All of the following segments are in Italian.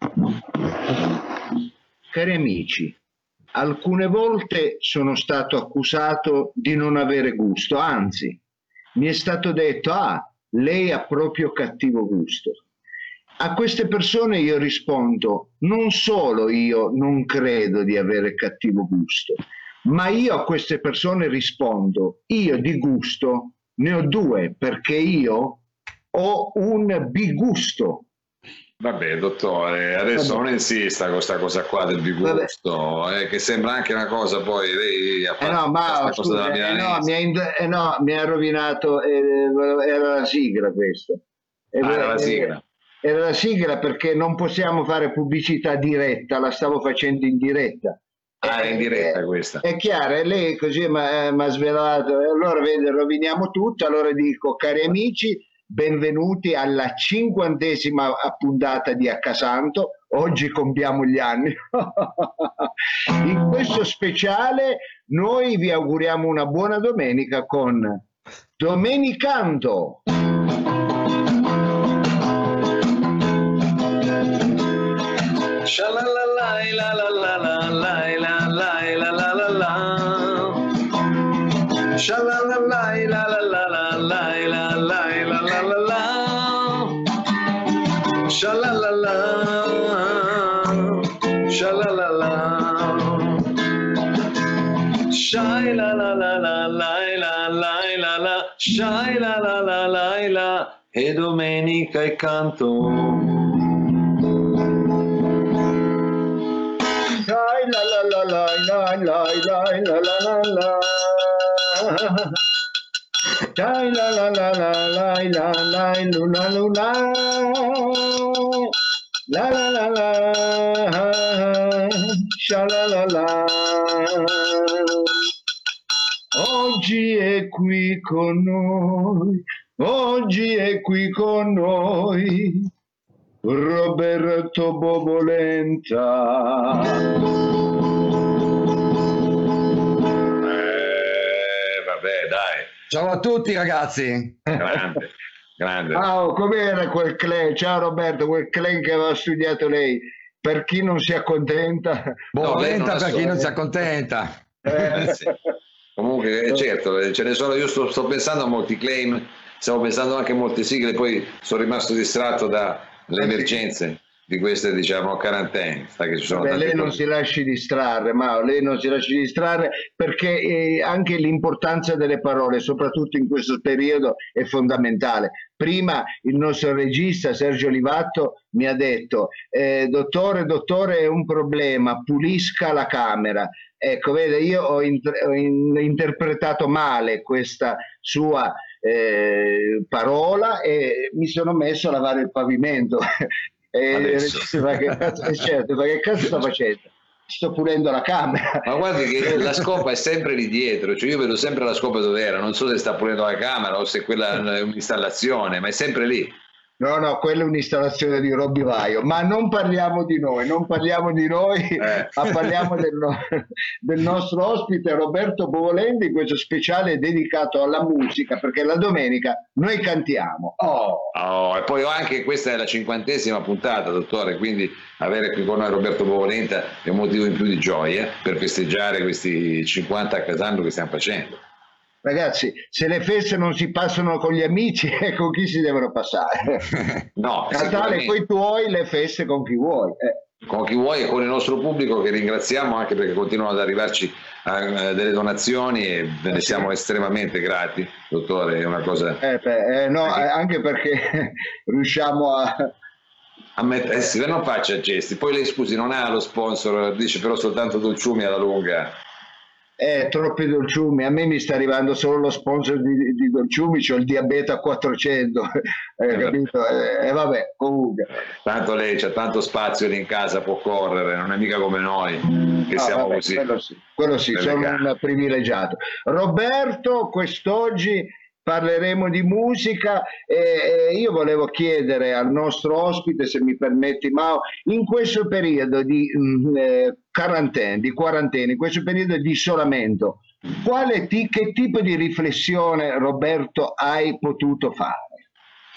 Cari amici, alcune volte sono stato accusato di non avere gusto, anzi, mi è stato detto, lei ha proprio cattivo gusto. A queste persone io rispondo, non solo io non credo di avere cattivo gusto, ma io a queste persone rispondo, io di gusto ne ho due, perché io ho un bigusto. Vabbè, dottore, adesso Vabbè. non insista con questa cosa qua del Vabbè. bigusto, che sembra anche una cosa, poi lei ha Eh no, fatto ma questa cosa della scusa, no, milanese. no, mi ha rovinato, era la sigla questo. Ah, era la sigla. Era la sigla perché non possiamo fare pubblicità diretta, la stavo facendo in diretta. Ah, era in diretta questa. È chiaro, e lei così mi ha svelato, e allora vede, roviniamo tutto, allora dico, cari amici, benvenuti alla 50ª puntata di Accasanto, oggi compiamo gli anni. In questo speciale noi vi auguriamo una buona domenica con Domenicanto. Shalalalai, la la la la la la la la la la la. Shalalalai, la la la la la la la la la la la. Shalalala, shalalala. Shai la la la la la la la la la. Shai la la la la la. E domenica e canto. La la la la la la la la la la. Dai la la la la la la la luna luna. La la la la. Sha la la la. Oggi è qui con noi. Oggi è qui con noi. Roberto Bobolenta. Vabbè, dai. Ciao a tutti ragazzi. Grande, grande. Ciao, com'era quel clan? Ciao Roberto, quel clan che aveva studiato lei. Per chi non si accontenta. Bobolenta per chi non si accontenta. Sì. Comunque, certo, ce ne sono, io sto pensando a molti claim, stavo pensando anche a molte sigle, poi sono rimasto distratto dalle emergenze di queste, diciamo, quarantene. Sai che ci sono tante Lei non cose. si lasci distrarre, ma lei non si lasci distrarre perché anche l'importanza delle parole, soprattutto in questo periodo, è fondamentale. Prima il nostro regista Sergio Livatto mi ha detto, dottore, è un problema, pulisca la camera. Ecco, vede, io ho interpretato male questa sua parola e mi sono messo a lavare il pavimento. Certo, ma che cazzo sto facendo? Sto pulendo la camera. Ma guardi che la scopa è sempre lì dietro, cioè io vedo sempre la scopa dove era, non so se sta pulendo la camera o se quella è un'installazione, ma è sempre lì. No, quella è un'installazione di Robby Vaio, ma non parliamo di noi, ma parliamo del nostro ospite Roberto Bovolenti in questo speciale dedicato alla musica, perché la domenica noi cantiamo. E poi anche questa è la 50ª puntata, dottore, quindi avere qui con noi Roberto Bovolenta è un motivo in più di gioia per festeggiare questi 50 a Casando che stiamo facendo. Ragazzi, se le feste non si passano con gli amici, con chi si devono passare? No, Natale coi tuoi, le feste con chi vuoi. Con chi vuoi e con il nostro pubblico che ringraziamo anche perché continuano ad arrivarci delle donazioni e ve ne siamo estremamente grati, dottore, è una cosa... Anche perché riusciamo sì, non faccia gesti, poi lei scusi non ha lo sponsor, dice però soltanto dolciumi alla lunga. Troppi dolciumi, a me mi sta arrivando solo lo sponsor di dolciumi, c'ho il diabete a 400, capito? Vabbè, comunque. Tanto lei c'ha tanto spazio lì in casa, può correre, non è mica come noi che siamo così. Quello sì, sono un privilegiato. Roberto, quest'oggi parleremo di musica e io volevo chiedere al nostro ospite, se mi permetti Mao, in questo periodo di quarantena, in questo periodo di isolamento, che tipo di riflessione, Roberto, hai potuto fare?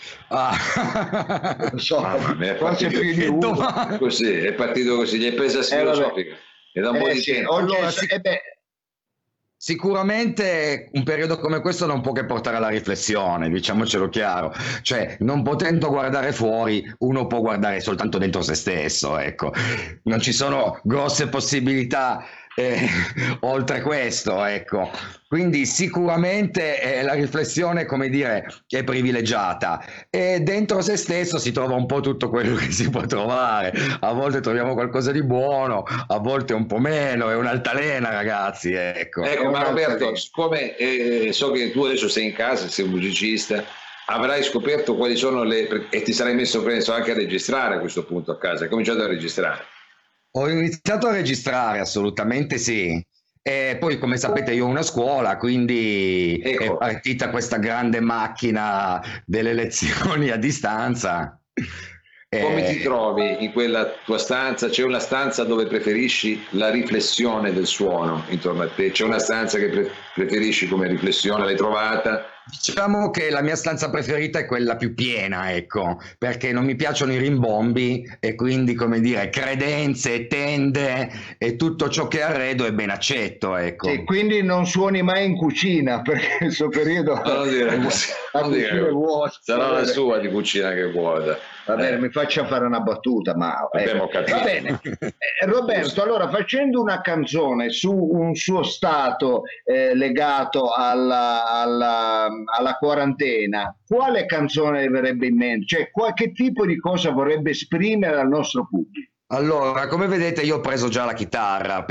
Non so, Mamma mia, forse più di uno. Così, è partito così, gli è presa filosofica. E da un po' di Sì, tempo. oggi Allora, beh, sicuramente un periodo come questo non può che portare alla riflessione, diciamocelo chiaro. Cioè, non potendo guardare fuori, uno può guardare soltanto dentro se stesso, ecco. Non ci sono grosse possibilità oltre questo, ecco. Quindi sicuramente la riflessione, come dire, è privilegiata e dentro se stesso si trova un po' tutto quello che si può trovare. A volte troviamo qualcosa di buono, a volte un po' meno, è un'altalena, ragazzi, ecco. Ecco, ma Roberto, siccome so che tu adesso sei in casa, sei un musicista, avrai scoperto quali sono e ti sarai messo presto anche a registrare a questo punto a casa, hai cominciato a registrare. Ho iniziato a registrare, assolutamente sì. E poi, come sapete, io ho una scuola, quindi è Ecco, partita questa grande macchina delle lezioni a distanza. come ti E trovi in quella tua stanza? C'è una stanza dove preferisci la riflessione del suono intorno a te? C'è una stanza che preferisci come riflessione? L'hai trovata? diciamo che la mia stanza preferita è quella più piena, ecco, perché non mi piacciono i rimbombi e quindi, come dire, credenze, tende e tutto ciò che arredo è ben accetto, sì, ecco. quindi non suoni mai in cucina perché in questo periodo No, non dire così, la non dire cucina è così. vuota. Sarà Va la bene, sua di cucina che vuota. va bene, mi faccia fare una battuta, ma Abbiamo capito. va bene. Roberto, allora facendo una canzone su un suo stato legato alla quarantena, quale canzone le verrebbe in mente? Cioè, che tipo di cosa vorrebbe esprimere al nostro pubblico? Allora, come vedete, io ho preso già la chitarra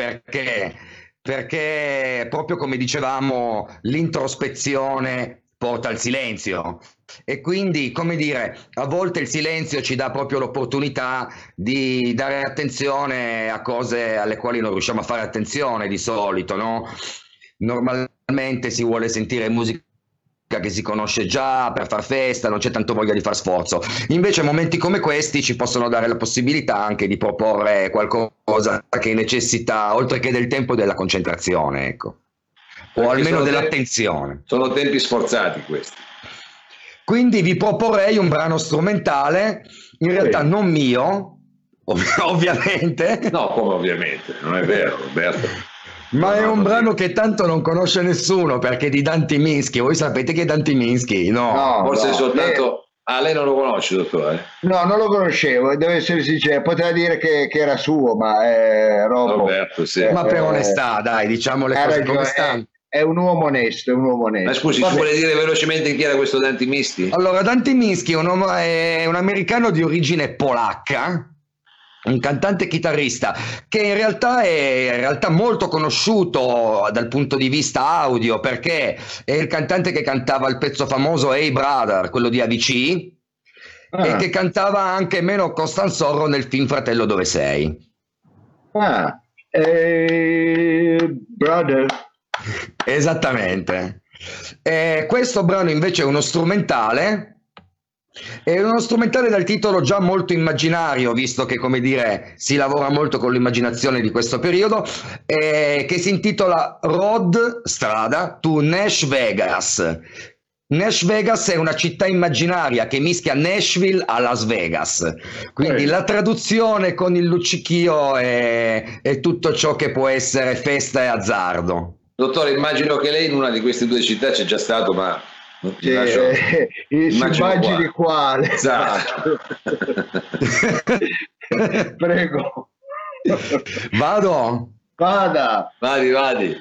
perché proprio come dicevamo, l'introspezione porta al silenzio. E quindi, come dire, a volte il silenzio ci dà proprio l'opportunità di dare attenzione a cose alle quali non riusciamo a fare attenzione di solito, no? Normalmente si vuole sentire musica che si conosce già per far festa, non c'è tanto voglia di far sforzo. Invece momenti come questi ci possono dare la possibilità anche di proporre qualcosa che necessita, oltre che del tempo, della concentrazione, ecco, o Perché almeno dell'attenzione. sono tempi sforzati questi. Quindi vi proporrei un brano strumentale, in realtà Sì. non mio, ovviamente, No, come ovviamente, non è vero, Roberto. ma è No, un no, brano che tanto non conosce nessuno perché è di Dante Minsky. Voi sapete che è Dante Minsky? No. No, forse no, soltanto... Ah, lei non lo conosce, dottore? no, non lo conoscevo, devo essere sincero, poteva dire che era suo, ma Roberto, sì. Ma per onestà, dai, diciamo le ha cose ragione, come stanno. è un uomo onesto, è un uomo Ma onesto. scusi, ci Vabbè, vuole dire velocemente chi era questo Dante Misti? Allora, Dante Minsky è un americano di origine polacca, un cantante chitarrista che in realtà molto conosciuto dal punto di vista audio perché è il cantante che cantava il pezzo famoso Hey Brother, quello di AVC, e che cantava anche Meno Costanzorro nel film Fratello dove sei. Brother. Esattamente. Questo brano invece è uno strumentale dal titolo già molto immaginario, visto che, come dire, si lavora molto con l'immaginazione di questo periodo, che si intitola Road, strada, to Nash Vegas. Nash Vegas è una città immaginaria che mischia Nashville a Las Vegas, quindi la traduzione con il luccichio è tutto ciò che può essere festa e azzardo. Dottore, immagino che lei in una di queste due città c'è già stato, ma non ti lascio... Immagini quale? Esatto. Prego. Vado? Vada. Vadi.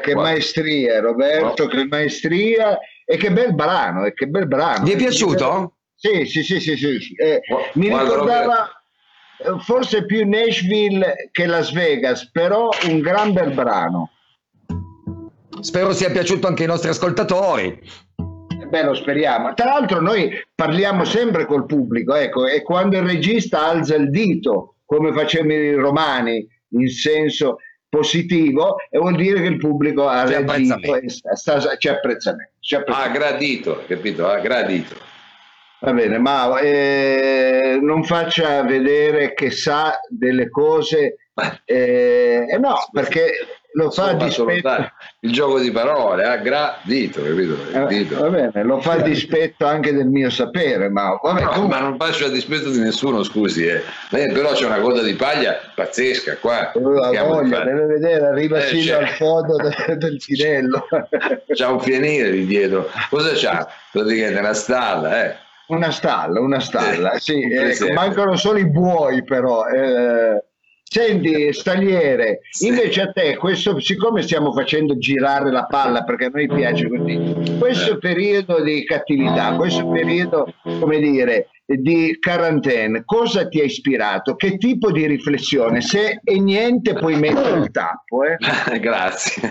che maestria, Roberto, che maestria, e che bel brano, e che bel brano. Vi è piaciuto? Sì. Mi ricordava forse più Nashville che Las Vegas, però un gran bel brano. Spero sia piaciuto anche ai nostri ascoltatori. Beh, lo speriamo. Tra l'altro noi parliamo sempre col pubblico, ecco, e quando il regista alza il dito, come facevano i romani, in senso positivo, e vuol dire che il pubblico ha reagito e c'è apprezzamento. Ha gradito, capito? Ha gradito. Va bene, ma non faccia vedere che sa delle cose, no, perché lo fa a dispetto. Il gioco di parole, ha gradito, capito? Va bene, lo fa a dispetto anche del mio sapere, ma vabbè, no, ma non faccio a dispetto di nessuno, scusi, però c'è una coda di paglia pazzesca qua. Voglia, deve vedere, arriva fino al fondo del finello. C'ha un fienile lì dietro. Cosa c'ha? Praticamente una stalla, Una stalla, sì, mancano solo i buoi però. Senti, Stagliere, invece a te, siccome stiamo facendo girare la palla, perché a noi piace così, questo periodo di cattività, questo periodo, come dire, di quarantena, cosa ti ha ispirato? Che tipo di riflessione? Se è niente puoi mettere il tappo. Grazie.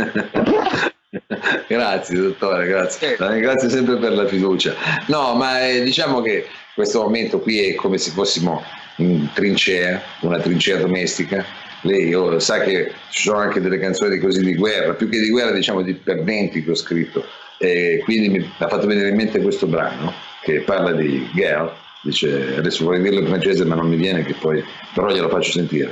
Grazie dottore, grazie. Grazie sempre per la fiducia. No, ma diciamo che questo momento qui è come se fossimo in trincea, una trincea domestica. Lei sa che ci sono anche delle canzoni così di guerra, più che di guerra diciamo di perdenti che ho scritto, e quindi mi ha fatto venire in mente questo brano che parla di guerre, dice, adesso vorrei dirlo in francese ma non mi viene, che poi però glielo faccio sentire.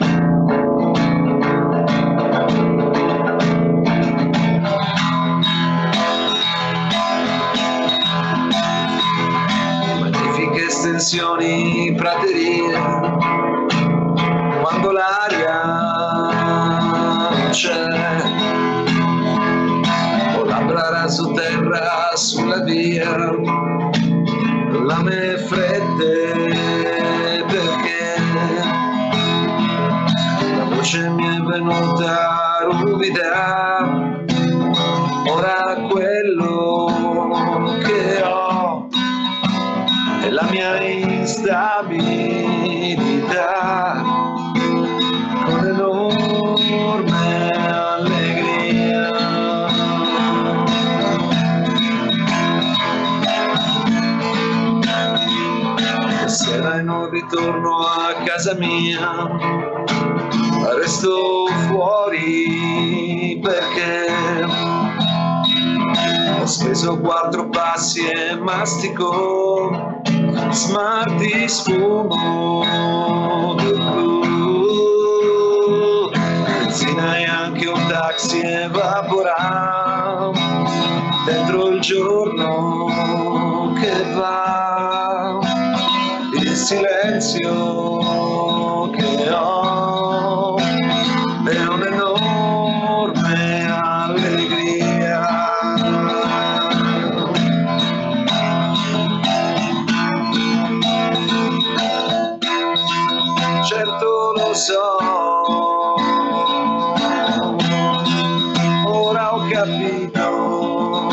Estensioni, praterie, quando l'aria c'è, o labbra su terra, sulla via, lame fredde, perché la voce mi è venuta ruvida, ora quello che ho è la mia instabilità, con enorme allegria. Sera e non ritorno a casa mia, resto fuori perché ho speso 4 passi e mastico smarti sfumo del blu, benzina e anche un taxi evapora dentro il giorno che va, il silenzio che ho è un'enorme allegria. Certo lo so, ora ho capito,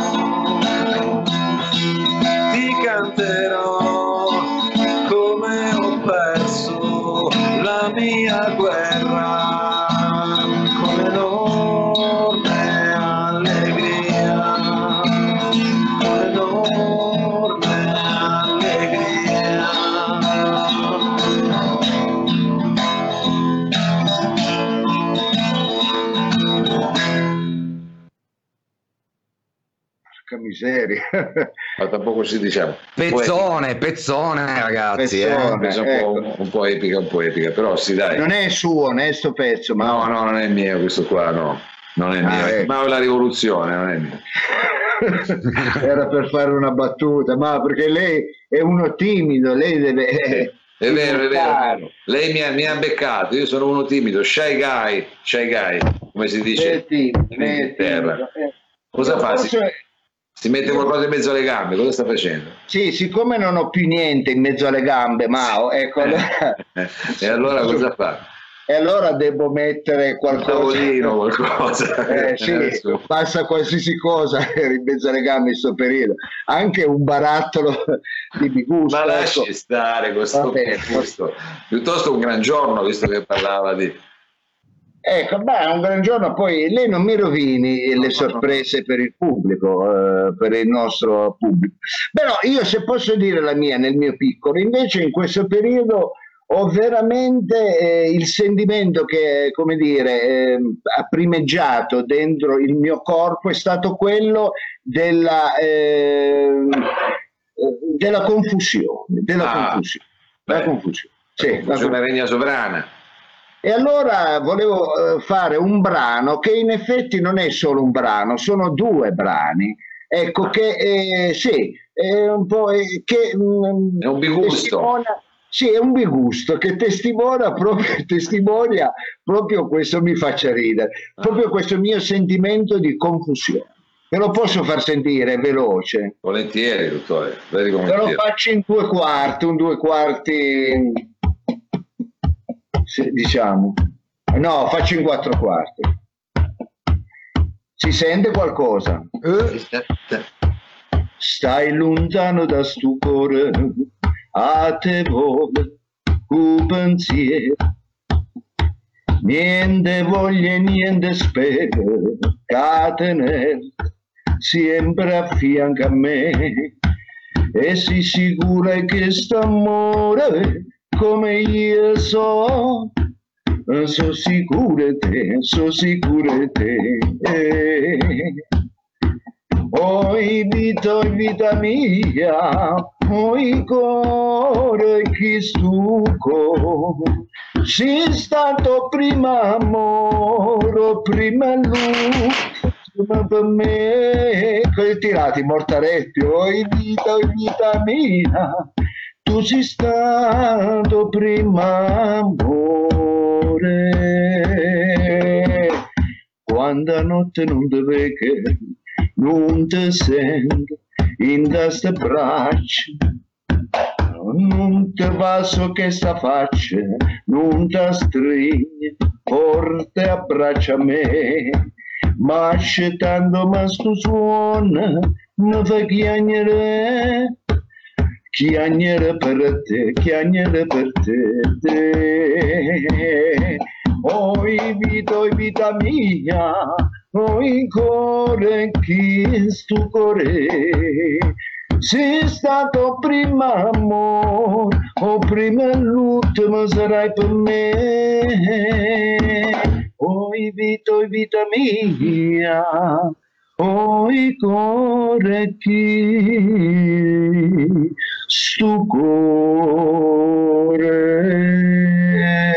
ti canterò come ho perso la mia guerra, con enorme allegria, con enorme allegria. Porca miseria. Ma tampoco si diciamo. Pezzone ragazzi. Un po' epica, però sì dai. Non è suo, onesto pezzo. Ma no, non è mio questo qua, no. Non è mio. Ecco. Ma è la rivoluzione, non è mio. Era per fare una battuta, ma perché lei è uno timido, lei deve... È vero. Lei mi ha beccato, io sono uno timido, shy guy, come si dice in Inghilterra. Cosa fa? Si mette qualcosa in mezzo alle gambe, cosa sta facendo? Sì, siccome non ho più niente in mezzo alle gambe, Mao, ecco. E allora cosa fa? E allora devo mettere qualcosa. Un tavolino, qualcosa. Sì, passa qualsiasi cosa per in mezzo alle gambe in sto periodo. Anche un barattolo di bigusto. Ma lasci stare questo bigusto. Piuttosto un gran giorno, visto che parlava di... Ecco, beh, un gran giorno. Poi lei non mi rovini le sorprese per il pubblico, per il nostro pubblico. Però io, se posso dire la mia nel mio piccolo, invece in questo periodo ho veramente il sentimento che, come dire, ha primeggiato dentro il mio corpo è stato quello della confusione, confusione. La confusione. Sì, la regna sovrana. E allora volevo fare un brano che in effetti non è solo un brano, sono due brani. Ecco, che sì, è un po' che è un bigusto. Sì, è un bigusto che testimonia proprio questo, mi faccia ridere, proprio questo mio sentimento di confusione. Ve lo posso far sentire veloce? Volentieri, dottore. Ve lo faccio in 2/4, un 2/4, diciamo. No, faccio in 4/4. Si sente qualcosa? Stai lontano da sto cuore, a te vuole un pensiero, niente voglia, niente spero, catenere sempre a fianco a me, e si sicura che st'amore come io so sicuro di te. Oi vita mia, oi cuore che stuco, sei stato prima amore, prima l'ultima per me. Quelli tirati mortaretti, oi vita mia, tu sei stato prima amore. Quando a notte non ti vedo, non ti sento in queste braccia, non ti passo che sta faccia, non ti stringi forte, abbraccia me, ma ascettando ma sto suono mi fa chiagnere per te, oi vita mia, oi cuore che sto cuore, sei stato prima amore, o prima l'ultimo sarai per me. Oi vita mia, oi cuore che sto cuore.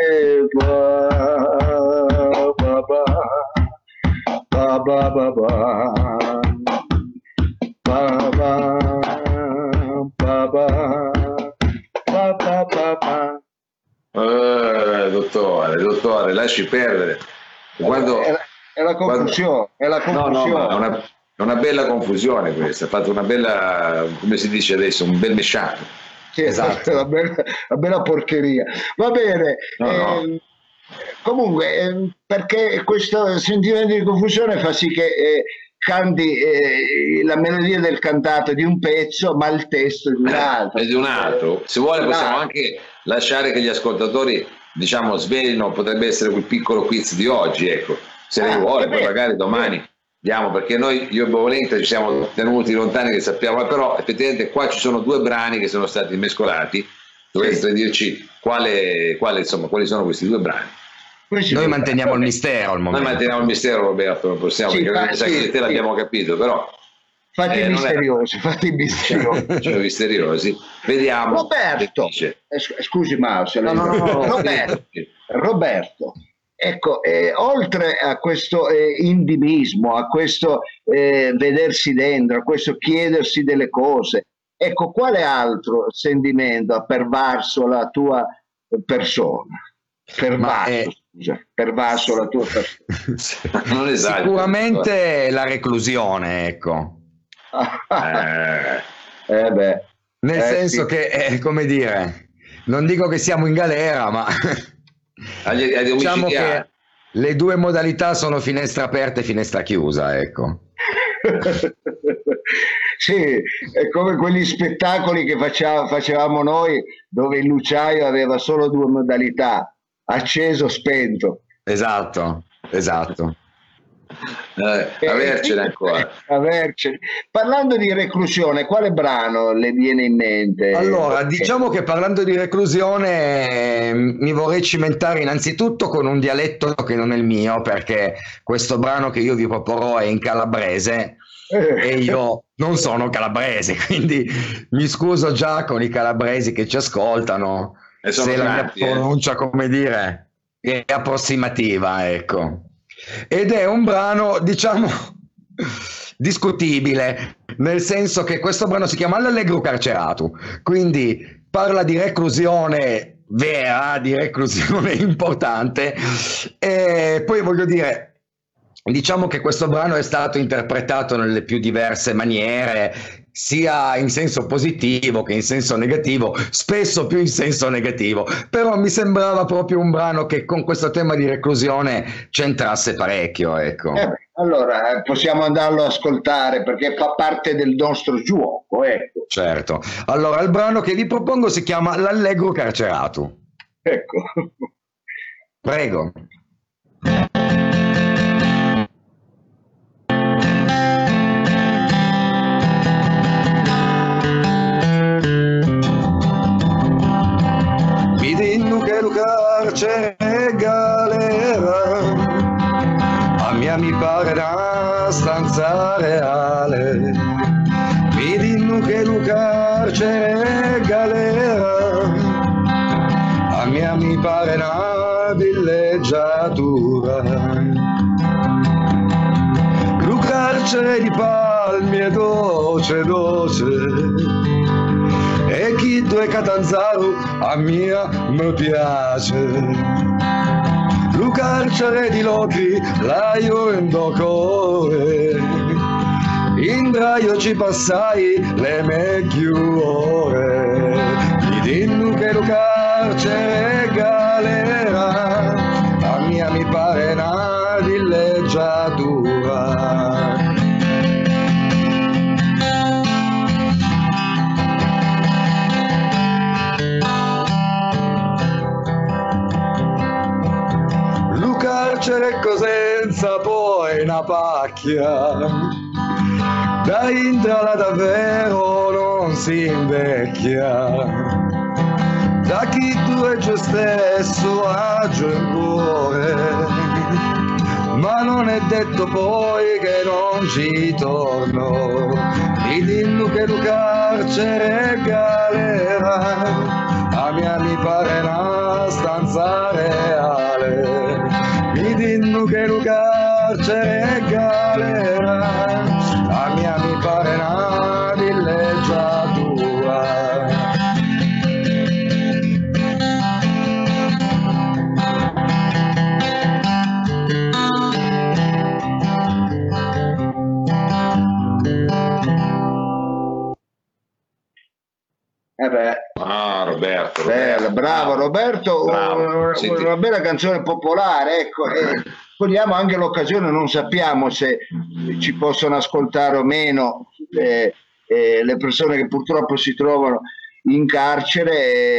Dottore, lasci perdere. Quando, è la confusione, è la confusione. No, è una bella confusione questa, ha fatto una bella, come si dice adesso, un bel mesciato. Sì, esatto, una bella porcheria. Va bene. Comunque, perché questo sentimento di confusione fa sì che canti la melodia del cantato di un pezzo, ma il testo di un altro. È di un altro. Se vuole possiamo anche lasciare che gli ascoltatori, diciamo, svelino, potrebbe essere quel piccolo quiz di oggi, ecco. Se lei vuole, poi magari domani diamo, perché noi, io e Bovolenta, ci siamo tenuti lontani, che sappiamo, però effettivamente qua ci sono due brani che sono stati mescolati. Dovreste dirci quali sono questi due brani. Noi manteniamo il mistero al momento. Noi manteniamo il mistero, Roberto, non possiamo, perché che te l'abbiamo capito, però fatti misteriosi, fatti misteriosi. Vediamo. Roberto, scusi Maus, Roberto, ecco, oltre a questo intimismo, a questo vedersi dentro, a questo chiedersi delle cose, ecco, quale altro sentimento ha pervaso la tua persona? Pervaso la tua persona. Non esagero. Sicuramente la reclusione, ecco. Nel senso che, come dire, non dico che siamo in galera, ma Agli Diciamo omicidiari. che le due modalità sono finestra aperta e finestra chiusa, ecco. Sì, è come quegli spettacoli che facevamo noi, dove il luciaio aveva solo due modalità: acceso, spento. Esatto, esatto. Avercene ancora. Avercene. Parlando di reclusione, quale brano le viene in mente? Allora, diciamo che parlando di reclusione mi vorrei cimentare innanzitutto con un dialetto che non è il mio, perché questo brano che io vi proporrò è in calabrese e io non sono calabrese, quindi mi scuso già con i calabresi che ci ascoltano se la mia pronuncia, come dire, è approssimativa, ecco. Ed è un brano, diciamo, discutibile, nel senso che questo brano si chiama L'Allegro Carcerato, quindi parla di reclusione vera, di reclusione importante, e poi voglio dire, diciamo che questo brano è stato interpretato nelle più diverse maniere, sia in senso positivo che in senso negativo, spesso più in senso negativo, però mi sembrava proprio un brano che con questo tema di reclusione c'entrasse parecchio, ecco. Allora possiamo andarlo ad ascoltare perché fa parte del nostro gioco, ecco. Certo. Allora, il brano che vi propongo si chiama L'Allegro Carcerato. Ecco. Prego. Mi dicono che lo carcere è galera, a mia mi pare una stanza reale. Mi dicono che lo carcere è galera, a mia mi pare una villeggiatura. Lo carcere di palmi è dolce dolce, e chi tu è Catanzaro a mia mi piace. Lo carcere di Locri la io in docore, in draio ci passai le meglio ore. Mi dicono che lo carcere è galera, a mia mi pare una villeggiatura. Lo carcere Cosenza poi una pacchia, da entrala davvero non si invecchia. Da chi tu è già stesso agio in cuore, ma non è detto poi che non ci torno. Mi dicono che lo carcere è galera, a mia mi pare una stanza reale. Mi dicono che lo carcere è galera, a mia mi pare una villeggiatura. Roberto. Bravo Roberto, Bravo. Una bella canzone popolare, ecco. Cogliamo anche l'occasione, non sappiamo se ci possono ascoltare o meno le persone che purtroppo si trovano in carcere,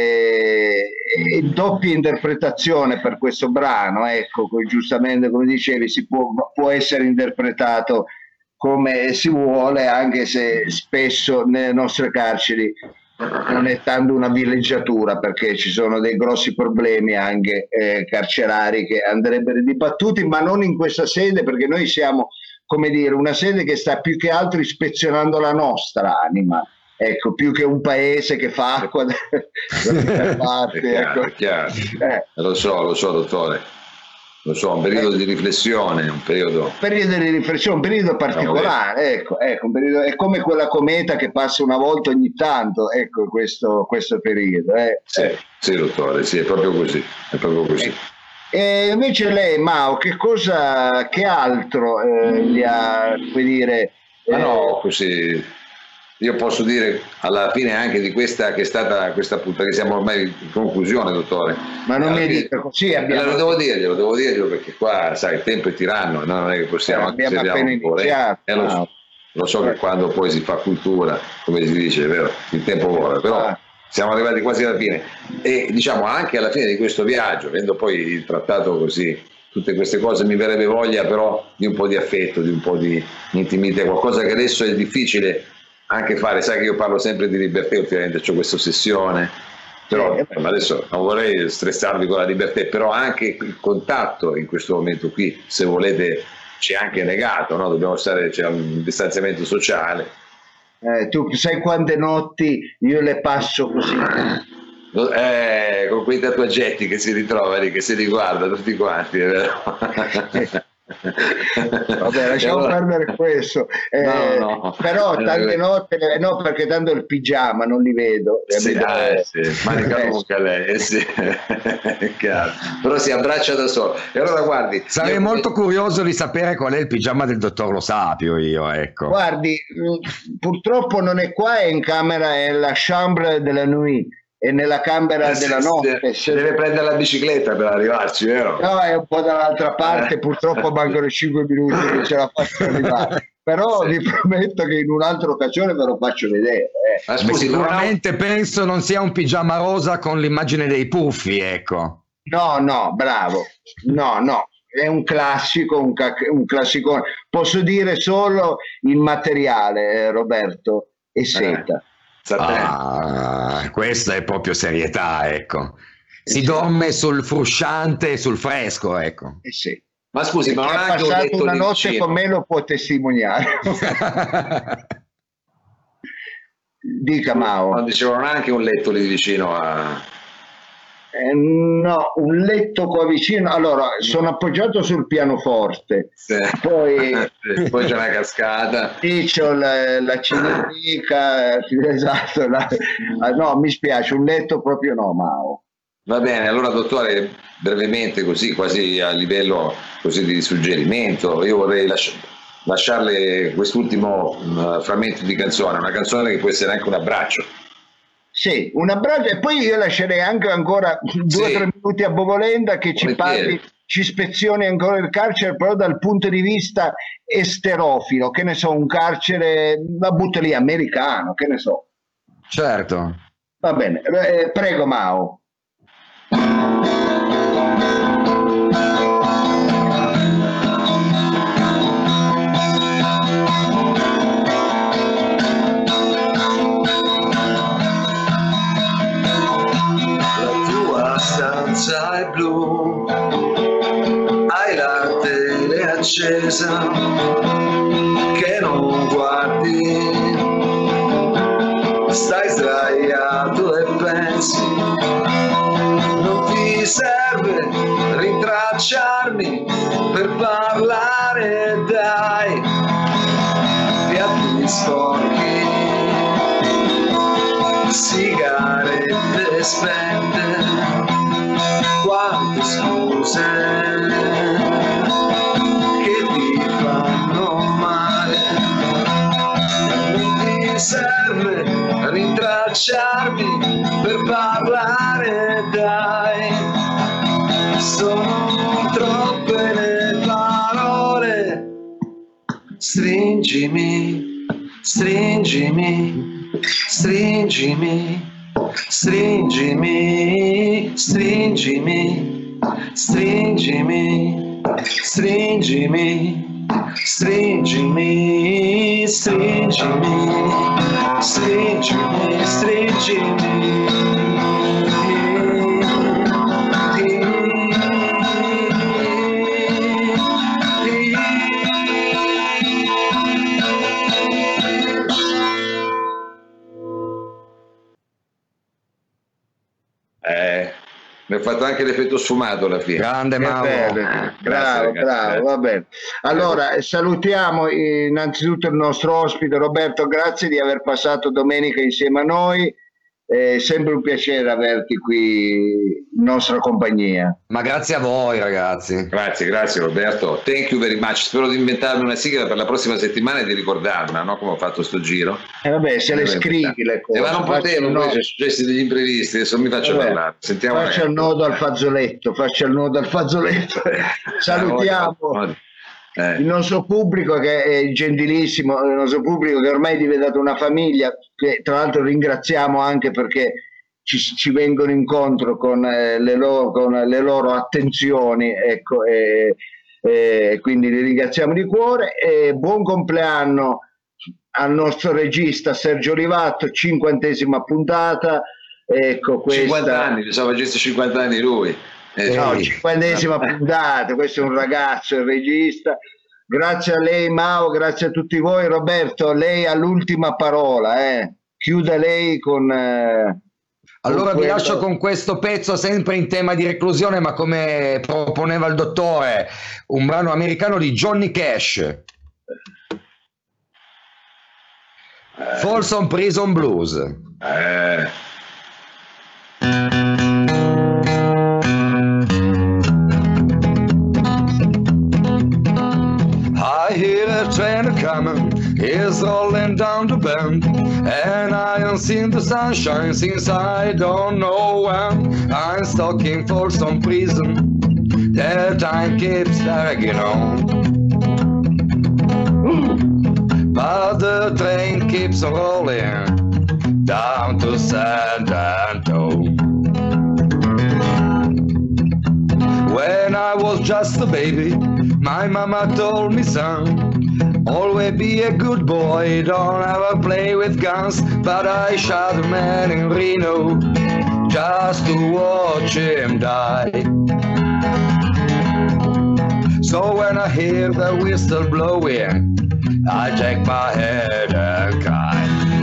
e doppia interpretazione per questo brano, ecco, giustamente come dicevi, può essere interpretato come si vuole, anche se spesso nelle nostre carceri non è tanto una villeggiatura, perché ci sono dei grossi problemi anche carcerari che andrebbero dibattuti, ma non in questa sede, perché noi siamo, come dire, una sede che sta più che altro ispezionando la nostra anima, ecco, più che un paese che fa acqua da parte, è chiaro. Lo so dottore, lo so, un periodo di riflessione, un periodo di riflessione, un periodo particolare, ecco, un periodo, è come quella cometa che passa una volta ogni tanto, ecco, questo periodo. Sì, dottore, sì, è proprio così. E invece lei, Mao, che altro gli ha, come dire... no, così... io posso dire alla fine anche di questa che è stata questa puntata, che siamo ormai in conclusione, dottore. Ma non mi fine, dica così, abbiamo... Lo devo dirglielo perché qua, sai, il tempo è tiranno, no? Non è che possiamo... abbiamo appena iniziato. Lo so che quando poi si fa cultura, come si dice, è vero, il tempo vuole, però siamo arrivati quasi alla fine. E diciamo anche alla fine di questo viaggio, avendo poi trattato così tutte queste cose, mi verrebbe voglia però di un po' di affetto, di un po' di intimità, qualcosa che adesso è difficile anche fare. Sai che io parlo sempre di libertà, ultimamente ho questa ossessione, però adesso non vorrei stressarvi con la libertà, però anche il contatto in questo momento qui, se volete, ci è anche negato, no? Dobbiamo stare, c'è un distanziamento sociale. Tu sai quante notti io le passo così? Con quei tatuaggetti che si ritrovano, che si riguardano tutti quanti, è vero? Vabbè, lasciamo perdere questo. No. Però tante notti, no, perché tanto il pigiama non li vedo. Sì, manica lunga lei, sì. Però si abbraccia da solo. E allora guardi, sarei molto curioso di sapere qual è il pigiama del dottor Lo Sapio, io, ecco. Guardi, purtroppo non è qua, è in camera, è la chambre de la nuit. E nella camera della notte si deve prendere la bicicletta per arrivarci, vero? No, è un po' dall'altra parte, purtroppo mancano 5 minuti che ce la faccio arrivare, però vi prometto che in un'altra occasione ve lo faccio vedere. Ma scusi, sicuramente penso non sia un pigiama rosa con l'immagine dei puffi, ecco. No, bravo, no, è un classico, un classicone. Posso dire solo il materiale, Roberto, è seta. Questa è proprio serietà, ecco. Si dorme sul frusciante e sul fresco, ecco. Sì. Ma scusi, ma non ha anche passato una notte con me, lo può testimoniare. Dica, Mao. Ma dicevo, non ha anche un letto lì vicino a... no, un letto qua vicino. Allora, sono appoggiato sul pianoforte, poi c'è una cascata. Sì, c'ho la cinetica, esatto. No, mi spiace, un letto proprio no, Mao. Va bene, allora dottore, brevemente così, quasi a livello così di suggerimento, io vorrei lasciarle quest'ultimo frammento di canzone, una canzone che può essere anche un abbraccio. Sì, un abbraccio, e poi io lascerei anche ancora 2 o 3 minuti a Bovolenda che ci parli, ci ispezioni ancora il carcere, però dal punto di vista esterofilo, che ne so, un carcere, la butto lì, americano, che ne so. Certo. Va bene, prego Mao. Stanza è blu, hai la tele accesa, che non guardi, stai sdraiato e pensi, non ti serve rintracciarmi per parlare, dai, piatti sporchi, sigarette spente, quante scuse che ti fanno male, non ti serve rintracciarmi per parlare, dai, sono troppe le parole, stringimi, stringimi, stringimi, stringimi, stringimi, stringimi, stringimi, stringimi, stringimi, stringimi, stringimi. Mi ho fatto anche l'effetto sfumato alla fine. Grande Mauro. Bravo, va bene. Allora, salutiamo innanzitutto il nostro ospite Roberto, grazie di aver passato domenica insieme a noi È sempre un piacere averti qui in nostra compagnia. Ma grazie a voi, ragazzi. Grazie Roberto. Thank you very much. Spero di inventarmi una sigla per la prossima settimana e di ricordarla, no? Come ho fatto sto giro. Vabbè, se le scrivi le cose. Ma non potevo, poi sono successi degli imprevisti, adesso mi faccio parlare. Sentiamo, faccia il nodo al fazzoletto, Salutiamo il nostro pubblico che è gentilissimo, il nostro pubblico che ormai è diventato una famiglia, che tra l'altro ringraziamo anche perché ci vengono incontro con le loro attenzioni, ecco, quindi li ringraziamo di cuore e buon compleanno al nostro regista Sergio Olivatto, 50ª puntata, ecco, questa 50 anni, pensavo facesse 50 anni lui. No, 50ª puntata, questo è un ragazzo, il regista. Grazie a lei Mao, grazie a tutti voi. Roberto, lei ha l'ultima parola, chiuda lei con allora vi lascio con questo pezzo sempre in tema di reclusione, ma come proponeva il dottore, un brano americano di Johnny Cash, Folsom Prison Blues. I hear the train coming, it's rolling down the bend, and I haven't seen the sunshine since I don't know when. I'm stuck in Folsom Prison, the time keeps dragging on, but the train keeps rolling down to San Antonio. When I was just a baby, my mama told me, son, always be a good boy, don't ever play with guns. But I shot a man in Reno just to watch him die. So when I hear the whistle blowing, I shake my head and cry.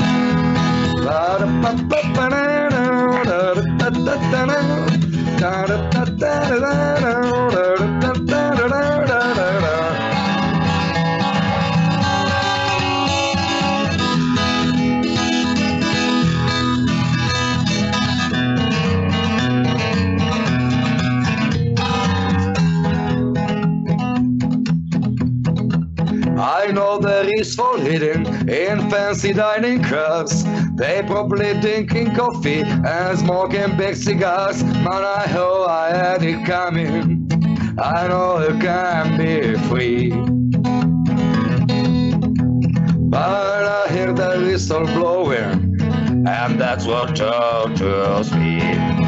I know there is for hidden in fancy dining cars. They probably drinking coffee and smoking big cigars. Man, I know I had it coming. I know it can be free. But I hear the whistle blowing, and that's what tortures me.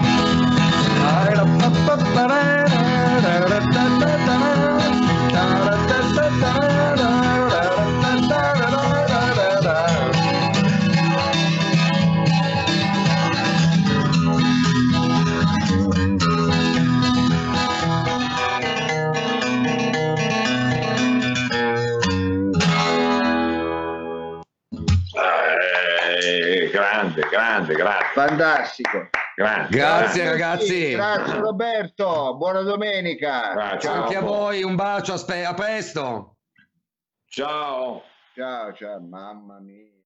Grande. Fantastico. Grazie ragazzi. Grazie Roberto, buona domenica. Grazie. Anche a voi, un bacio, a presto. Ciao. Ciao, mamma mia.